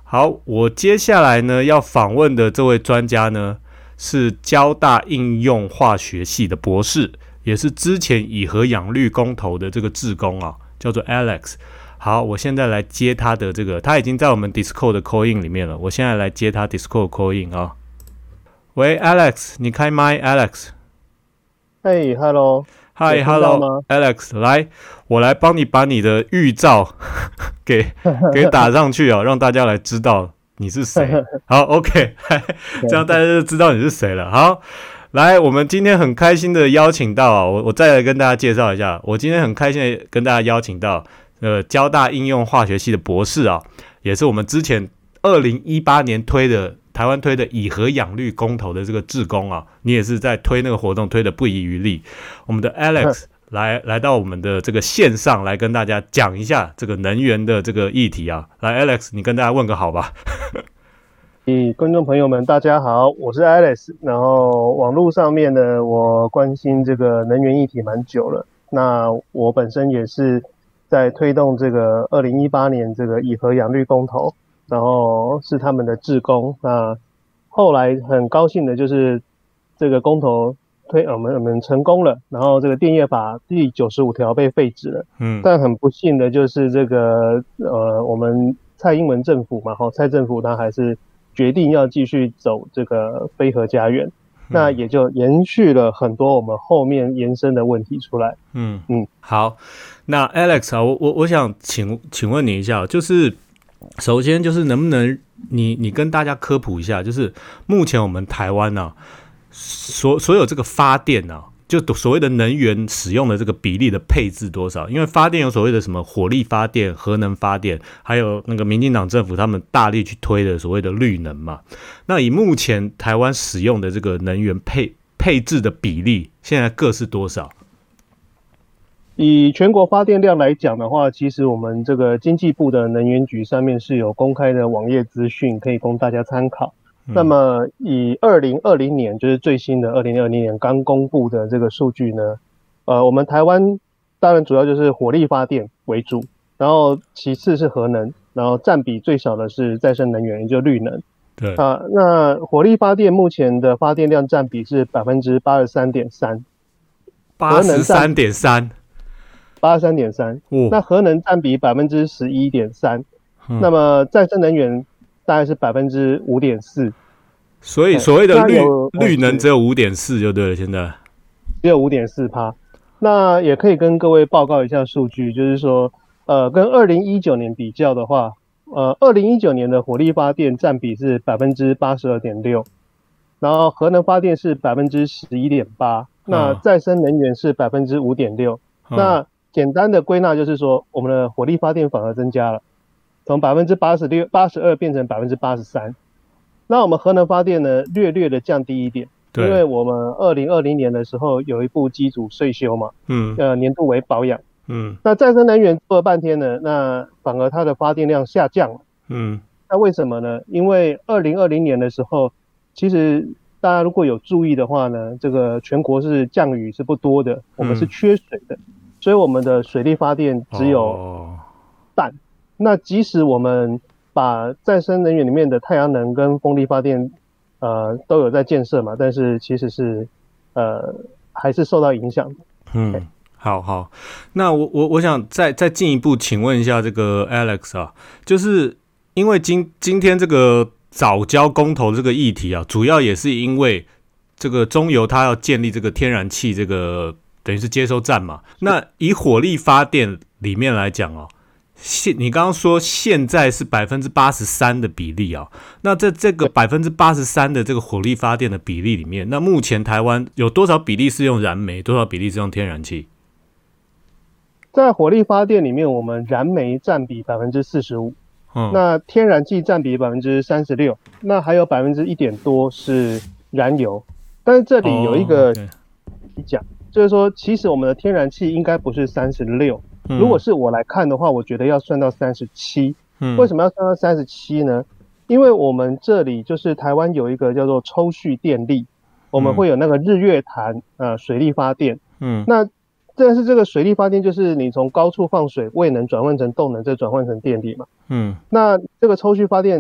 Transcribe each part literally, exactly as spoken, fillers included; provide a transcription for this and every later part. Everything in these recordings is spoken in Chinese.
好，我接下来呢要访问的这位专家呢，是交大应用化学系的博士，也是之前以核养绿公投的这个志工啊，叫做 Alex。好，我现在来接他的这个，他已经在我们 Discord 的 call in 里面了，我现在来接他 Discord call in 啊。喂 ，Alex， 你开麦 ，Alex。 嘿 ，Hello。 嗨 ，Hello， Alex， 来，我来帮你把你的预兆给给打上去啊，让大家来知道你是谁。好 ，OK， 这样大家就知道你是谁了。好，来，我们今天很开心的邀请到啊，我我再来跟大家介绍一下，我今天很开心的跟大家邀请到呃交大应用化学系的博士啊，也是我们之前二零一八年推的。台湾推的以核养绿公投的这个志工啊，你也是在推那个活动推的不遗余力。我们的 Alex 来来到我们的这个线上来跟大家讲一下这个能源的这个议题啊。来 Alex， 你跟大家问个好吧。 咦，观众朋友们大家好，我是 Alex。然后网络上面呢，我关心这个能源议题蛮久了。那我本身也是在推动这个二零一八年这个以核养绿公投。然后是他们的志工，那后来很高兴的就是这个公投推我们我们成功了，然后这个电业法第九十五条被废止了，嗯，但很不幸的就是这个呃我们蔡英文政府嘛，哈，蔡政府他还是决定要继续走这个非核家园，嗯，那也就延续了很多我们后面延伸的问题出来， 嗯嗯，好，那 Alex 啊，我我我想请请问你一下，就是。首先就是能不能你你跟大家科普一下，就是目前我们台湾啊，所所有这个发电啊，就所谓的能源使用的这个比例的配置多少？因为发电有所谓的什么火力发电、核能发电，还有那个民进党政府他们大力去推的所谓的绿能嘛。那以目前台湾使用的这个能源配配置的比例，现在各是多少？ 以全国发电量来讲的话，其实我们这个经济部的能源局上面是有公开的网页资讯，可以供大家参考。嗯、那么以二零二零年，就是最新的二零二零年刚公布的这个数据呢，呃，我们台湾当然主要就是火力发电为主，然后其次是核能，然后占比最小的是再生能源，也就是绿能。 对啊、呃，那火力发电目前的发电量占比是百分之八十三点三， 八十三点三。 八十三点三，那核能占比百分之十一点三，那么再生能源大概是百分之五点四， 所以所谓的绿绿能只有五点四就对了，现在只有五点四趴。那也可以跟各位报告一下数据，就是说，呃，跟二零一九年比较的话，呃，二零一九年的火力发电占比是百分之八十二点六，然后核能发电是百分之十一点八，那再生能源是百分之五点六，那简单的归纳就是说，我们的火力发电反而增加了，从百分之八十六、八十二变成百分之八十三。那我们核能发电呢，略略的降低一点，因为我们二零二零年的时候有一部机组税修嘛，嗯，呃，年度为保养，嗯，那再生能源做了半天呢，那反而它的发电量下降了，嗯，那为什么呢？因为二零二零年的时候，其实大家如果有注意的话呢，这个全国是降雨是不多的，我们是缺水的。嗯，所以我们的水力发电只有半、哦，那即使我们把再生能源里面的太阳能跟风力发电，呃，都有在建设嘛，但是其实是呃还是受到影响的。 嗯，好好，那我我我想再再进一步请问一下这个 Alex 啊，就是因为今今天这个藻礁公投这个议题啊，主要也是因为这个中油它要建立这个天然气这个。等于是接收站嘛，那以火力发电里面来讲哦，现你刚刚说现在是百分之八十三的比例啊，那在这个百分之八十三的这个火力发电的比例里面，那目前台湾有多少比例是用燃煤，多少比例是用天然气？ 在火力发电里面，我们燃煤占比百分之四十五，那天然气占比百分之三十六，那还有百分之一点多是燃油，但是这里有一个讲。Oh, okay.就是说，其实我们的天然气应该不是三十六，如果是我来看的话，我觉得要算到三十七。为什么要算到三十七呢？因为我们这里就是台湾有一个叫做抽蓄电力，我们会有那个日月潭呃水力发电。嗯，那但是这个水力发电就是你从高处放水，未能转换成动能，再转换成电力嘛。嗯，那这个抽蓄发电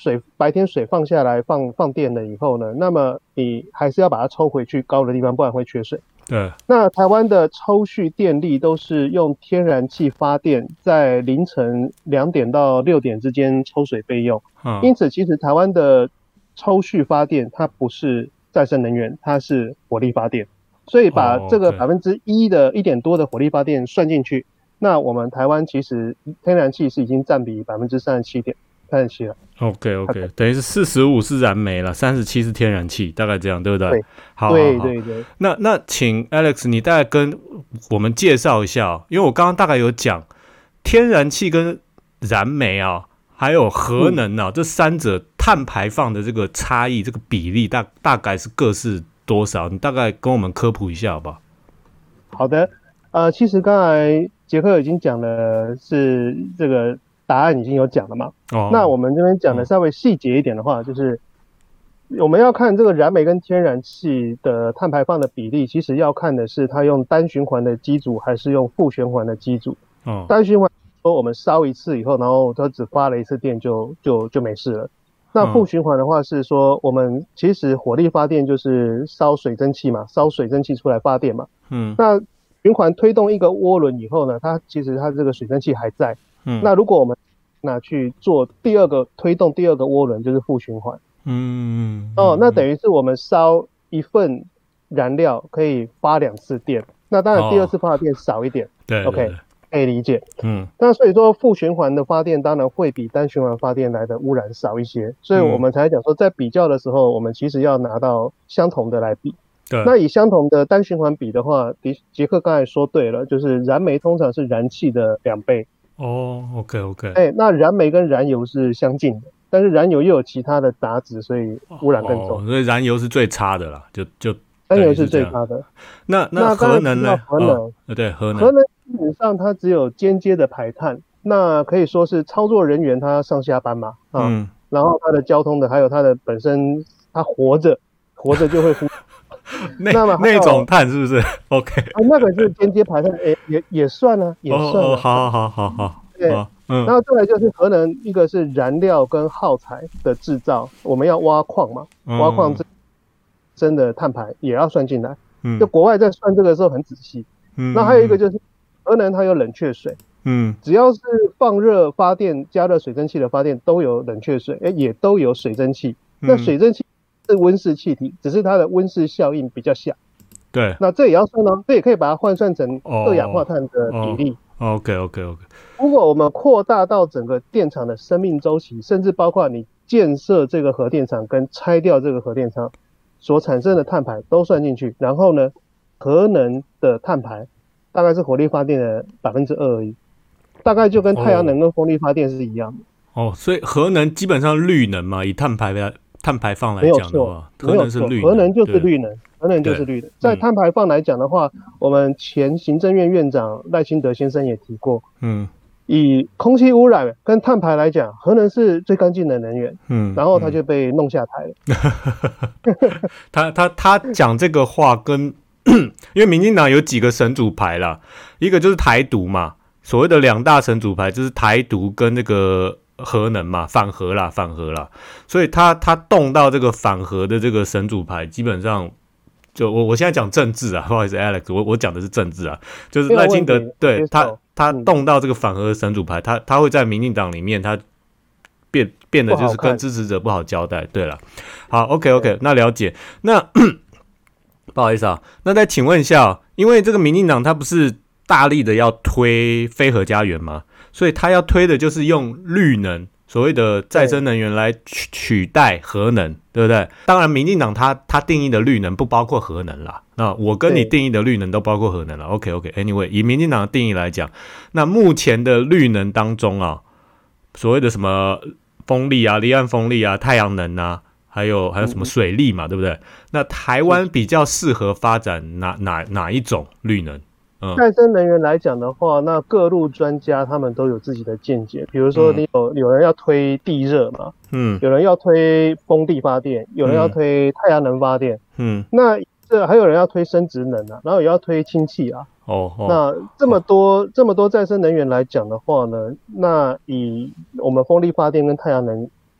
水白天水放下来放放电了以后呢，那么你还是要把它抽回去高的地方，不然会缺水。 对， 那台湾的抽蓄电力都是用天然气发电，在凌晨两点到六点之间抽水备用。嗯、因此，其实台湾的抽蓄发电它不是再生能源，它是火力发电。所以把这个百分之一的一点多的火力发电算进去，那我们台湾其实天然气是已经占比百分之三十七点三十七了。 OK OK， 等于是四十五是燃煤了，三十七是天然气，大概这样对不对？ 对， 好， 对对对。 那那请 Alex 你大概跟我们介绍一下、哦，因为我刚刚大概有讲天然气跟燃煤啊，还有核能啊、嗯、这三者碳排放的这个差异，这个比例大大概是各是多少？你大概跟我们科普一下好不好？ 好的，呃，其实刚才杰克已经讲了，是这个答案已经有讲了嘛。哦。那我们这边讲的稍微细节一点的话，哦、就是我们要看这个燃煤跟天然气的碳排放的比例，其实要看的是它用单循环的机组还是用负循环的机组。哦。单循环说我们烧一次以后，然后它只发了一次电就就就没事了。那负循环的话是说，我们其实火力发电就是烧水蒸气嘛，烧水蒸气出来发电嘛。嗯。那循环推动一个涡轮以后呢，它其实它这个水蒸气还在。嗯。那如果我们拿去做第二个推动第二个涡轮，就是负循环。嗯。哦，那等于是我们烧一份燃料可以发两次电，那当然第二次发的电少一点。哦、对, 对, 对。OK。可以理解，嗯，那所以说负循环的发电当然会比单循环发电来的污染少一些，所以我们才讲说在比较的时候，我们其实要拿到相同的来比。对，那以相同的单循环比的话，杰克刚才说对了，就是燃煤通常是燃气的两倍。 哦 ，OK OK， 哎、欸，那燃煤跟燃油是相近的，但是燃油又有其他的杂质，所以污染更重。 哦，所以燃油是最差的啦，就就燃油是最差的。 那那核能呢？ 核能， 哦、对，核能。 核能基本上它只有间接的排碳，那可以说是操作人员他上下班嘛，啊，嗯，然后他的交通的，还有他的本身他活着，活着就会呼， 那那么那种碳是不是 ？OK， 啊，那个是间接排碳，也也也算啊，也算啊。 哦，好好好好， 对，嗯，然后再来就是核能，一个是燃料跟耗材的制造，我们要挖矿嘛，挖矿真的碳排也要算进来，嗯，就国外在算这个时候很仔细，嗯，那还有一个就是核能它有冷却水，嗯，只要是放热发电、加热水蒸气的发电都有冷却水，哎，也都有水蒸气，嗯，那水蒸气是温室气体，只是它的温室效应比较小， 对， 那这也要算哦，这也可以把它换算成二氧化碳的比例。 哦、OK OK OK。 如果我们扩大到整个电厂的生命周期，甚至包括你建设这个核电厂跟拆掉这个核电厂所产生的碳排都算进去，然后呢，核能的碳排大概是火力发电的百分之二而已，大概就跟太阳能跟风力发电是一样的。 哦，所以核能基本上绿能嘛，以碳排来碳排放来讲的话，核能是绿能， 核能就是绿能，核能就是绿能。在碳排放来讲的话，嗯，我们前行政院院长赖清德先生也提过，嗯，以空气污染跟碳排来讲，核能是最干净的能源，嗯，然后他就被弄下台了。 他他他讲这个话跟因为民进党有几个神主牌啦，一个就是台独嘛，所谓的两大神主牌就是台独跟那个核能嘛，反核啦，反核啦，所以他他动到这个反核的这个神主牌，基本上就我我现在讲政治啊，不好意思 Alex， 我我讲的是政治啊，就是赖清德对他他动到这个反核的神主牌，他他会在民进党里面他变变得就是跟支持者不好交代。对了，好 OK OK， 那了解那。不好意思啊，那再请问一下，因为这个民进党他不是大力的要推非核家园吗？所以他要推的就是用绿能，所谓的再生能源来取取代核能，对不对？当然，民进党他他定义的绿能不包括核能啦。那我跟你定义的绿能都包括核能了。OK OK，Anyway， 以民进党的定义来讲，那目前的绿能当中啊，所谓的什么风力啊、离岸风力啊、太阳能啊。还有还有什么水力嘛，嗯，对不对？那台湾比较适合发展哪哪哪一种绿能？ 嗯，再生能源来讲的话，那各路专家他们都有自己的见解。比如说，你有，嗯，有人要推地热嘛，嗯，有人要推风力发电，有人要推太阳能发电，嗯，那这还有人要推生质能啊，然后也要推氢气啊。哦，哦那这么多，哦，这么多再生能源来讲的话呢，那以我们风力发电跟太阳能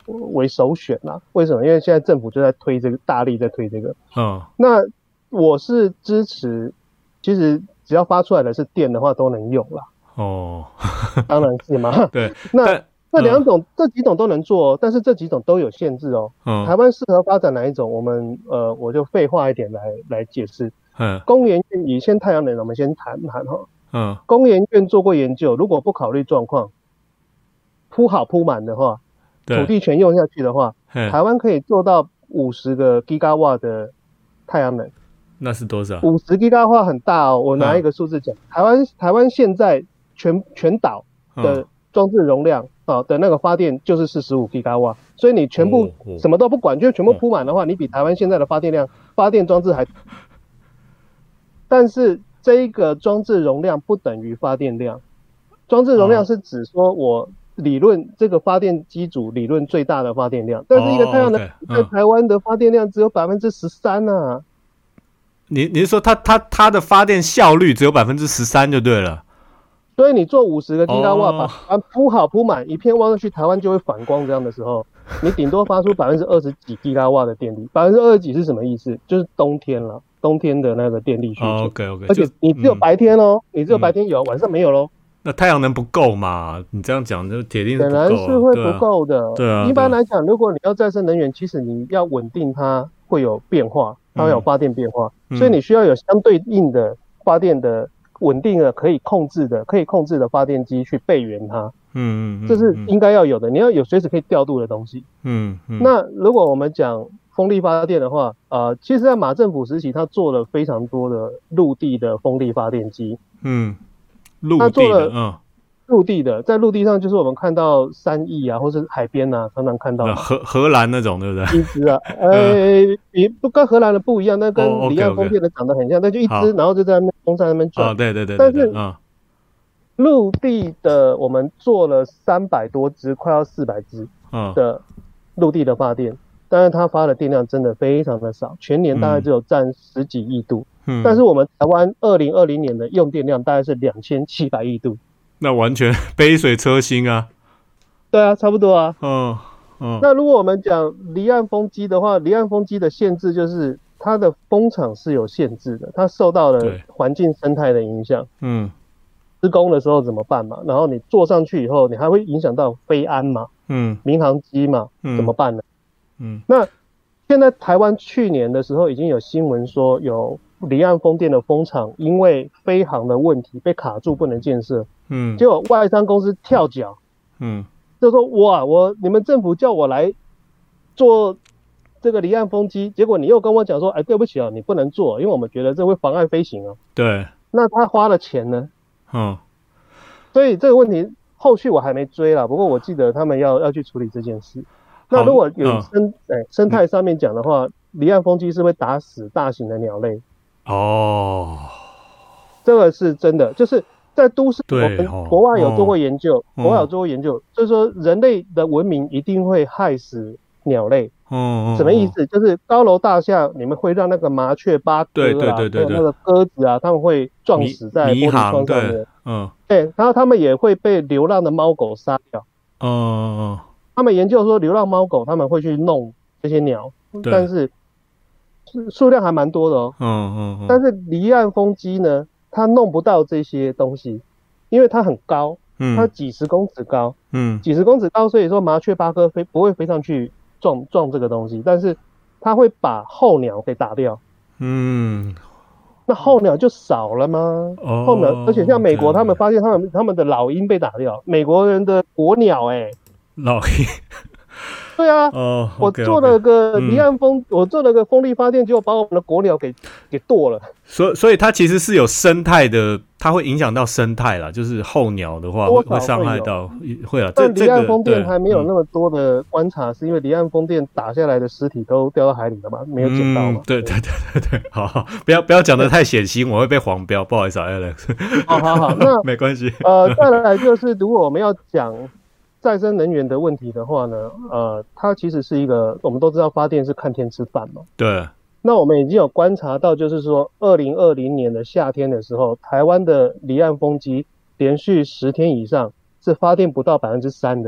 为首选啊。为什么？因为现在政府就在推这个，大力在推这个。 嗯， 那我是支持，其实只要发出来的是电的话都能用啦。 哦， 当然是嘛。 对， 那这两种、嗯、这几种都能做哦，但是这几种都有限制哦。嗯、台湾适合发展哪一种？我们呃，我就废话一点来来解释。嗯，工研院以先太阳能，我们先谈谈哈。嗯，工研院做过研究，如果不考虑状况，铺好铺满的话，土地全用下去的话，台湾可以做到五十个 gigawatt 的太阳能。 那是多少？ 五十 gigawatt 很大哦。我拿一个数字讲，嗯、台湾台湾现在全全岛的装置容量啊、哦、的那个发电就是四十五 gigawatt， 所以你全部什么都不管，就全部铺满的话，你比台湾现在的发电量发电装置还。但是这一个装置容量不等于发电量，装置容量是指说我理论这个发电机组理论最大的发电量，但是一个太阳能在台湾的发电量只有百分之十三啊。 你你是说它它它的发电效率只有百分之十三就对了？ 所以你做五十个 gigawatt 把它铺好铺满，一片望上去，台湾就会反光这样的时候，你顶多发出百分之二十几 gigawatt 的电力。百分之二十几是什么意思？就是冬天了。冬天的那个电力需求、 oh, OK OK， 而且你只有白天哦，嗯、你只有白天有，嗯、晚上没有咯。 那太阳能不够嘛？你这样讲就铁定是不够、啊， 显然是会不够的。 对啊， 一般来讲，如果你要再生能源，其实你要稳定它会有变化，它会有发电变化，嗯、所以你需要有相对应的发电的稳定的可以控制的可以控制的发电机去备援它。嗯 嗯, 嗯，这是应该要有的，你要有随时可以调度的东西。嗯嗯。那如果我们讲风力发电的话，呃，其实在马政府时期，他做了非常多的陆地的风力发电机。嗯， 陆地的，他做了，嗯， 陆地的，在陆地上就是我们看到山艺啊，或是海边啊，常常看到荷荷兰那种，对不对？ 一支啊，呃，比不跟荷兰的不一样，那跟离岸风电的长得很像，那、oh, okay, okay. 就一支，然后就在那边风扇那边转。 哦，对对对但是，嗯，陆地的我们做了三百多支，快要四百支的陆地的发电。嗯，但是它发的电量真的非常的少，全年大概只有占十几亿度。嗯，但是我们台湾二零二零年的用电量大概是两千七百亿度， 那完全杯水车薪啊。 对啊，差不多啊。 嗯嗯。 那如果我们讲离岸风机的话，离岸风机的限制就是它的风场是有限制的，它受到了环境生态的影响。嗯。施工的时候怎么办嘛？然后你坐上去以后，你还会影响到飞安嘛？嗯。民航机嘛？嗯。怎么办呢？嗯，那现在台湾去年的时候已经有新闻说，有离岸风电的风场因为飞航的问题被卡住，不能建设。嗯，结果外商公司跳脚，嗯，就说哇，我你们政府叫我来做这个离岸风机，结果你又跟我讲说，哎，对不起啊，你不能做，因为我们觉得这会妨碍飞行啊。 对， 那他花了钱呢？嗯，所以这个问题后续我还没追啦，不过我记得他们要要去处理这件事。那如果有生、嗯欸、生态上面讲的话，离岸风机是会打死大型的鸟类。哦，这个是真的，就是在都市，我们国外有做过研究，哦、国外有做过研究，哦、就是说人类的文明一定会害死鸟类。哦，什么意思？就是高楼大厦，你们会让那个麻雀、八哥啊， 对对对对对， 那个鸽子啊，他们会撞死在玻璃窗上面。嗯，对，然后他们也会被流浪的猫狗杀掉。哦哦。他们研究说，流浪猫狗他们会去弄这些鸟，但是数量还蛮多的哦。嗯嗯嗯。但是离岸风机呢，它弄不到这些东西，因为它很高，嗯，它几十公尺高，嗯，几十公尺高，所以说麻雀、八哥飞不会飞上去撞撞这个东西，但是它会把候鸟给打掉。嗯。那候鸟就少了吗？哦。候鸟，而且像美国，他们发现他们他们的老鹰被打掉，美国人的国鸟、欸，哎。 老鹰， 对啊，哦， okay, 我做了个离岸风，嗯、我做了个风力发电，结果把我们的国鸟给给剁了。 所以，所以它其实是有生态的，它会影响到生态啦。就是候鸟的话，会会伤害到，会啊。 但离岸风电还没有那么多的观察，是因为离岸风电打下来的尸体都掉到海里了嘛，没有捡到嘛。 嗯、对对对对对，好好，不要不要讲得太血腥，我会被黄标，不好意思啊 ，Alex。 好好好，那没关系。 呃，再来就是，如果我们要讲再生能源的问题的话呢，呃，它其实是一个，我们都知道发电是看天吃饭嘛。 对。 那我们已经有观察到，就是说，二零二零年的夏天的时候，台湾的离岸风机连续十天以上是发电不到百分之三的。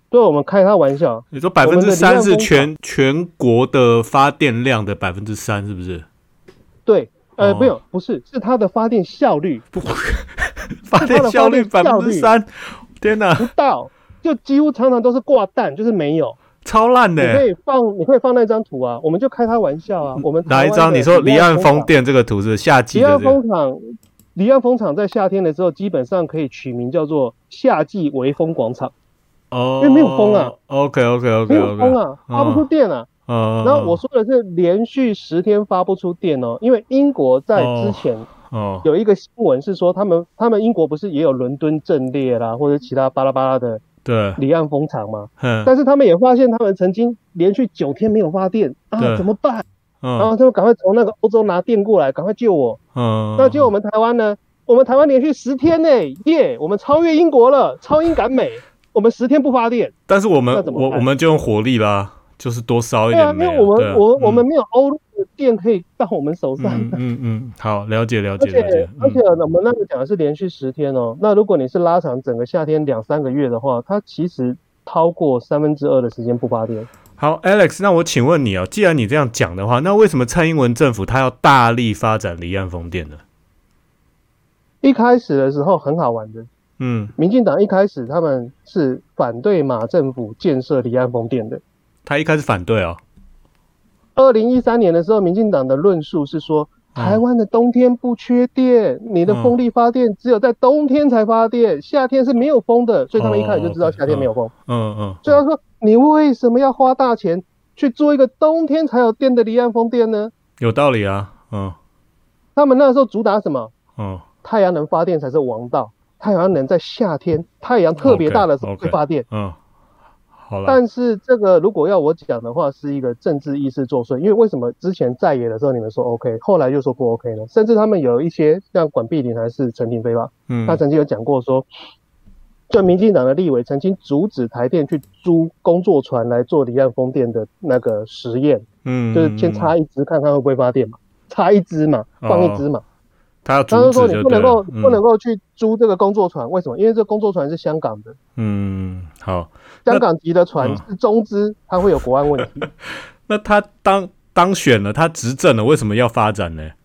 对，我们开他玩笑。 你说百分之三是全全国的发电量的百分之三，是不是？ 对，呃， 哦、 没有，不是，是它的发电效率。 发电效率百分之三，天哪， 不到，就几乎常常都是挂蛋，就是没有。 超烂的。 你可以放，你可以放那张图啊，我们就开他玩笑啊。我们哪一张？你说离岸风电这个图是夏季的、這個？ 离岸风场，离岸风场在夏天的时候，基本上可以取名叫做夏季微风广场。 哦， 因为没有风啊。 OK OK OK， 没有风啊，发不出电啊。 嗯、 然后我说的是连续十天发不出电哦，因为英国在之前有一个新闻是说他们，他们英国不是也有伦敦阵列啦，或者其他巴拉巴拉的离岸风场吗？但是他们也发现他们曾经连续九天没有发电啊，怎么办？嗯、然后他们赶快从那个欧洲拿电过来，赶快救我。嗯，那结果我们台湾呢？我们台湾连续十天呢，耶，我们超越英国了，超英赶美。我们十天不发电， 但是我们我我们就用火力啦，就是多烧一点煤、啊。 对啊，因为我们、啊、我、嗯、我们没有欧陆的电可以到我们手上。 嗯嗯嗯，好，了解了解而且了解。 而且我们那个讲的是连续十天哦，那如果你是拉长整个夏天两三个月的话，它其实超过三分之二的时间不发电。 好 ，Alex， 那我请问你哦，既然你这样讲的话，那为什么蔡英文政府他要大力发展离岸风电呢？ 一开始的时候很好玩的。嗯，民进党一开始他们是反对马政府建设离岸风电的。 他一开始反对哦。 二零一三年的时候，民进党的论述是说，台湾的冬天不缺电，嗯、你的风力发电只有在冬天才发电，嗯、夏天是没有风的，所以他们一开始就知道夏天没有风。 嗯嗯。 所以他说，你为什么要花大钱去做一个冬天才有电的离岸风电呢？ 有道理啊。嗯。 他们那时候主打什么？ 嗯， 太阳能发电才是王道。太阳能在夏天太阳特别大的时候会发电。 Okay, okay, 嗯，好了。 但是这个如果要我讲的话，是一个政治意识作祟。因为为什么之前在野的时候你们说 OK， 后来又说不 OK 呢？甚至他们有一些像管碧玲还是陈亭妃吧，嗯，他曾经有讲过说，就民进党的立委曾经阻止台电去租工作船来做离岸风电的那个实验，嗯，就是先插一支看看会不会发电嘛，插一支嘛，放一支嘛。哦， 他要阻止就对了， 他就说你不能够、嗯、不能够去租这个工作船，为什么？因为这个工作船是香港的。 嗯，好， 香港籍的船是中资，它会有国安问题。 那他当当选了，他执政了，为什么要发展呢？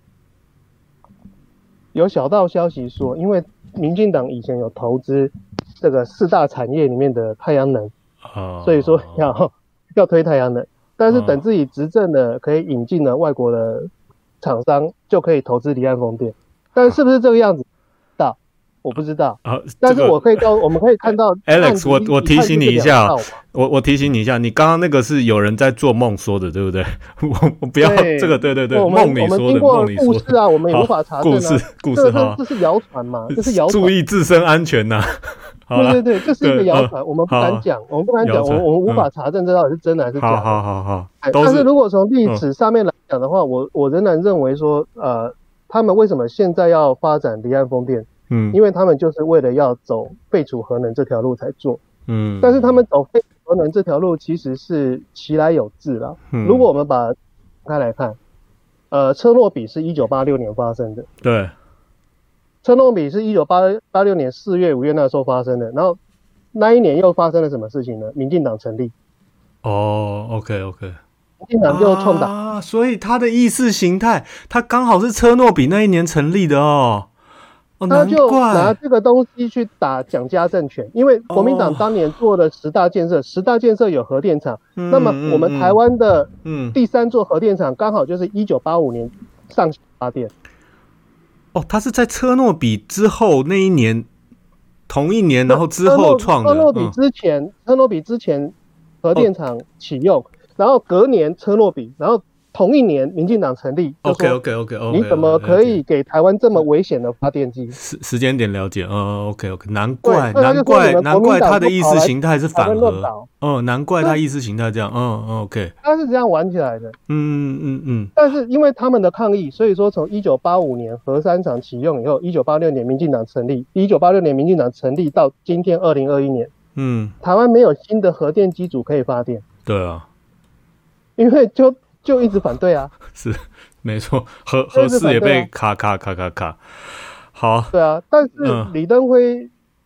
有小道消息说，因为民进党以前有投资这个四大产业里面的太阳能，哦、所以说要要推太阳能。但是等自己执政了，可以引进了外国的厂商就可以投资离岸风电，但是是不是这个样子？到我不知道啊，但是我可以告，我们可以看到 Alex， 我我提醒你一下，我我提醒你一下，你刚刚那个是有人在做梦说的，对不对？我我不要这个，对对对，梦里说的，梦里说的啊，我们也无法查证啊， 故事故事哈， 这是谣传嘛，这是谣传， 注意自身安全呐。 对对对，这是一个谣传，我们不敢讲，我们不敢讲，我们我们无法查证这到底是真的还是假的。 好好好好， 但是如果从历史上面来讲的话，我我仍然认为说，呃，他们为什么现在要发展离岸风电？嗯，因为他们就是为了要走废除核能这条路才做。嗯，但是他们走废除核能这条路其实是其来有自啦。嗯，如果我们把开来看，呃，车诺比是一九八六年发生的。 对。 车诺比是一九八六年四月、五月那时候发生的，然后那一年又发生了什么事情呢？民进党成立。 哦 ，OK OK， 民进党就创党啊，所以他的意识形态，他刚好是车诺比那一年成立的哦。哦， 他就拿这个东西去打蒋家政权，因为国民党当年做了十大建设，哦、十大建设有核电厂，嗯、那么我们台湾的第三座核电厂刚好就是一九八五年上发电。 哦，他是在车诺比之后那一年，同一年，然后之后创的。 车诺比之前，嗯、车诺比之前核电厂启用，哦、然后隔年车诺比，然后同一年民进党成立。 OK OK OK OK， 你怎么可以给台湾这么危险的发电机？ 时时间点了解，嗯 OK OK， 难怪难怪难怪他的意识形态是反核，哦，难怪他意识形态这样，嗯 OK， 他是这样玩起来的， 嗯嗯嗯。 但是因为他们的抗议，所以说从一九八五年核三厂启用以后，一九八六年民进党成立，一九八六年民进党成立到今天二零二一年，嗯，台湾没有新的核电机组可以发电。 对啊， 因为就。就一直反对啊， 是没错，核核四也被卡卡卡卡卡。好， 对啊，但是李登辉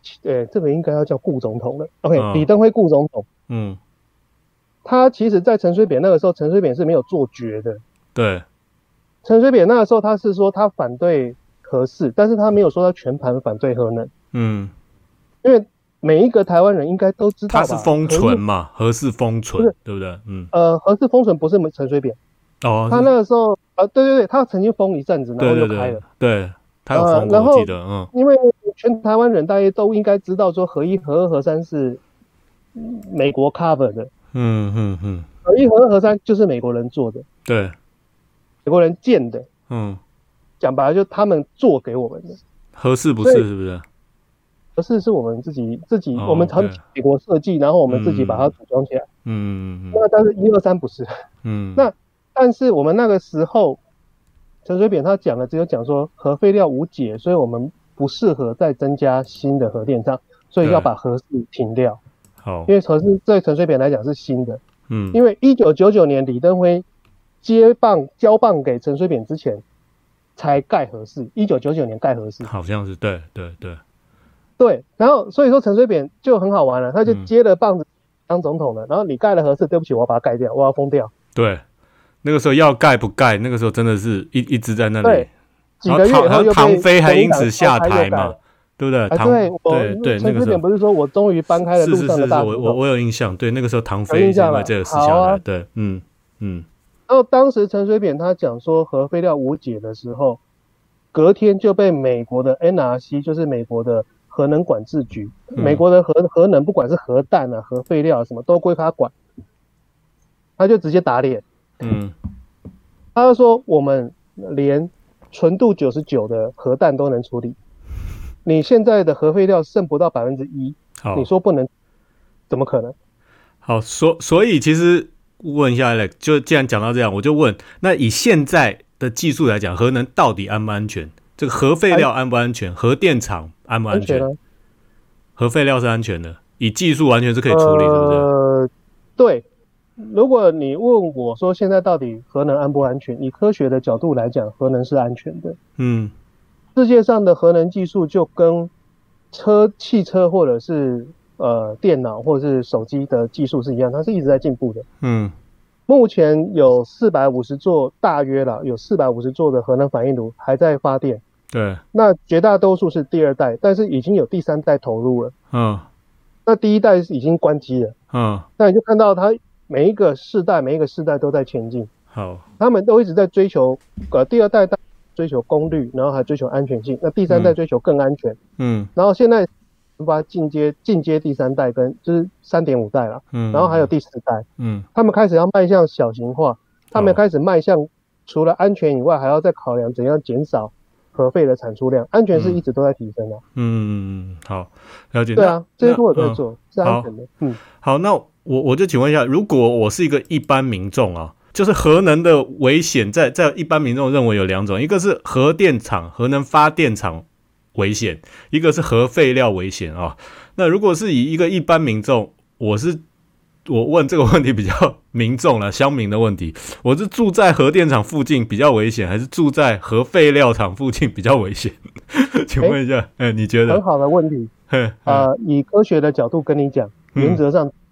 呃，这个应该要叫顾总统了。OK，、 嗯、 李登辉顾总统， 嗯， 他其实在陈水扁那个时候，陈水扁是没有做绝的。 对， 陈水扁那个时候他是说他反对核四，但是他没有说他全盘反对核能。 嗯， 因为每一个台湾人应该都知道吧， 他是封存嘛，核四封存，对不对？嗯， 呃，核四封存不是陈水扁， 哦， 他那个时候，呃，对对对，他曾经封一阵子，然后又开了， 对对对，对，他有封过， 呃、 我记得，嗯， 因为全台湾人大家都应该知道说核一、核二、核三是美国 cover 的， 嗯嗯嗯， 核一、核二、核三就是美国人做的， 对， 美国人建的， 嗯， 讲白了就他们做给我们的， 核四不是是不是？ 核四是我们自己自己， 哦、 我们从美国设计，然后我们自己把它组装起来。 嗯嗯嗯。 那但是一二三不是。 嗯。 那但是我们那个时候，陈水扁他讲了，只有讲说核废料无解，所以我们不适合再增加新的核电厂，所以要把核四停掉。 好。 因为核四对陈水扁来讲是新的。 嗯。 因为一九九九年李登辉接棒交棒给陈水扁之前，才盖核四。一九九九年盖核四。 好像是对对对。 对，然后所以说陈水扁就很好玩了，他就接了棒子当总统了，嗯、然后你盖了核四，对不起，我要把它盖掉，我要封掉。 对，那个时候要盖不盖，那个时候真的是一一直在那里。 对，几个月以后又被唐飞还因此下台嘛，对不对？ 啊、对， 对对， 陈水扁不是说我终于搬开了路上的大石头， 是是是，我我有印象，对，那个时候唐飞因为这个事下台，啊、对，嗯嗯。 然后当时陈水扁他讲说核废料无解的时候，隔天就被美国的 N R C， 就是美国的核能管制局， 嗯、 美国的核核能不管是核弹啊、核废料、啊、什么都归他管，他就直接打脸。 嗯， 他就说我们连纯度九十九的核弹都能处理，你现在的核废料剩不到百分之一，你说不能，怎么可能？ 好，所所以其实问一下 Alex， 就既然讲到这样，我就问，那以现在的技术来讲，核能到底安不安全？这个核废料安不安全？核电厂安不安全？ 安全啊、 核废料是安全的，以技术完全是可以处理，是不是？ 呃，对。如果你问我说现在到底核能安不安全，以科学的角度来讲，核能是安全的。 嗯， 世界上的核能技术就跟车、汽车或者是呃电脑或者是手机的技术是一样，它是一直在进步的。 嗯。 目前有四百五十座，大约啦，有四百五十座的核能反应炉还在发电。 对。 那绝大多数是第二代，但是已经有第三代投入了。 嗯。 那第一代已经关机了。 嗯。 那你就看到它每一个世代，每一个世代都在前进。 好。 他们都一直在追求，呃，第二代追求功率，然后还追求安全性。那第三代追求更安全。 嗯。 然后现在把进阶进阶第三代跟就是 三点五 代了。嗯。然后还有第四代。 嗯。 他们开始要迈向小型化，他们开始迈向除了安全以外，还要再考量怎样减少核废的产出量。安全是一直都在提升的。 嗯，好，了解。 对啊，这些都有在做，嗯、是安全的。嗯， 好，那我我就请问一下，如果我是一个一般民众啊，就是核能的危险在，在在一般民众认为有两种，一个是核电厂、核能发电厂危险，一个是核废料危险啊。那如果是以一个一般民众，我是我问这个问题比较民众啦，乡民的问题，我是住在核电厂附近比较危险，还是住在核废料厂附近比较危险？请问一下，哎、欸欸，你觉得？ 很好的问题。呃，以科学的角度跟你讲，原则上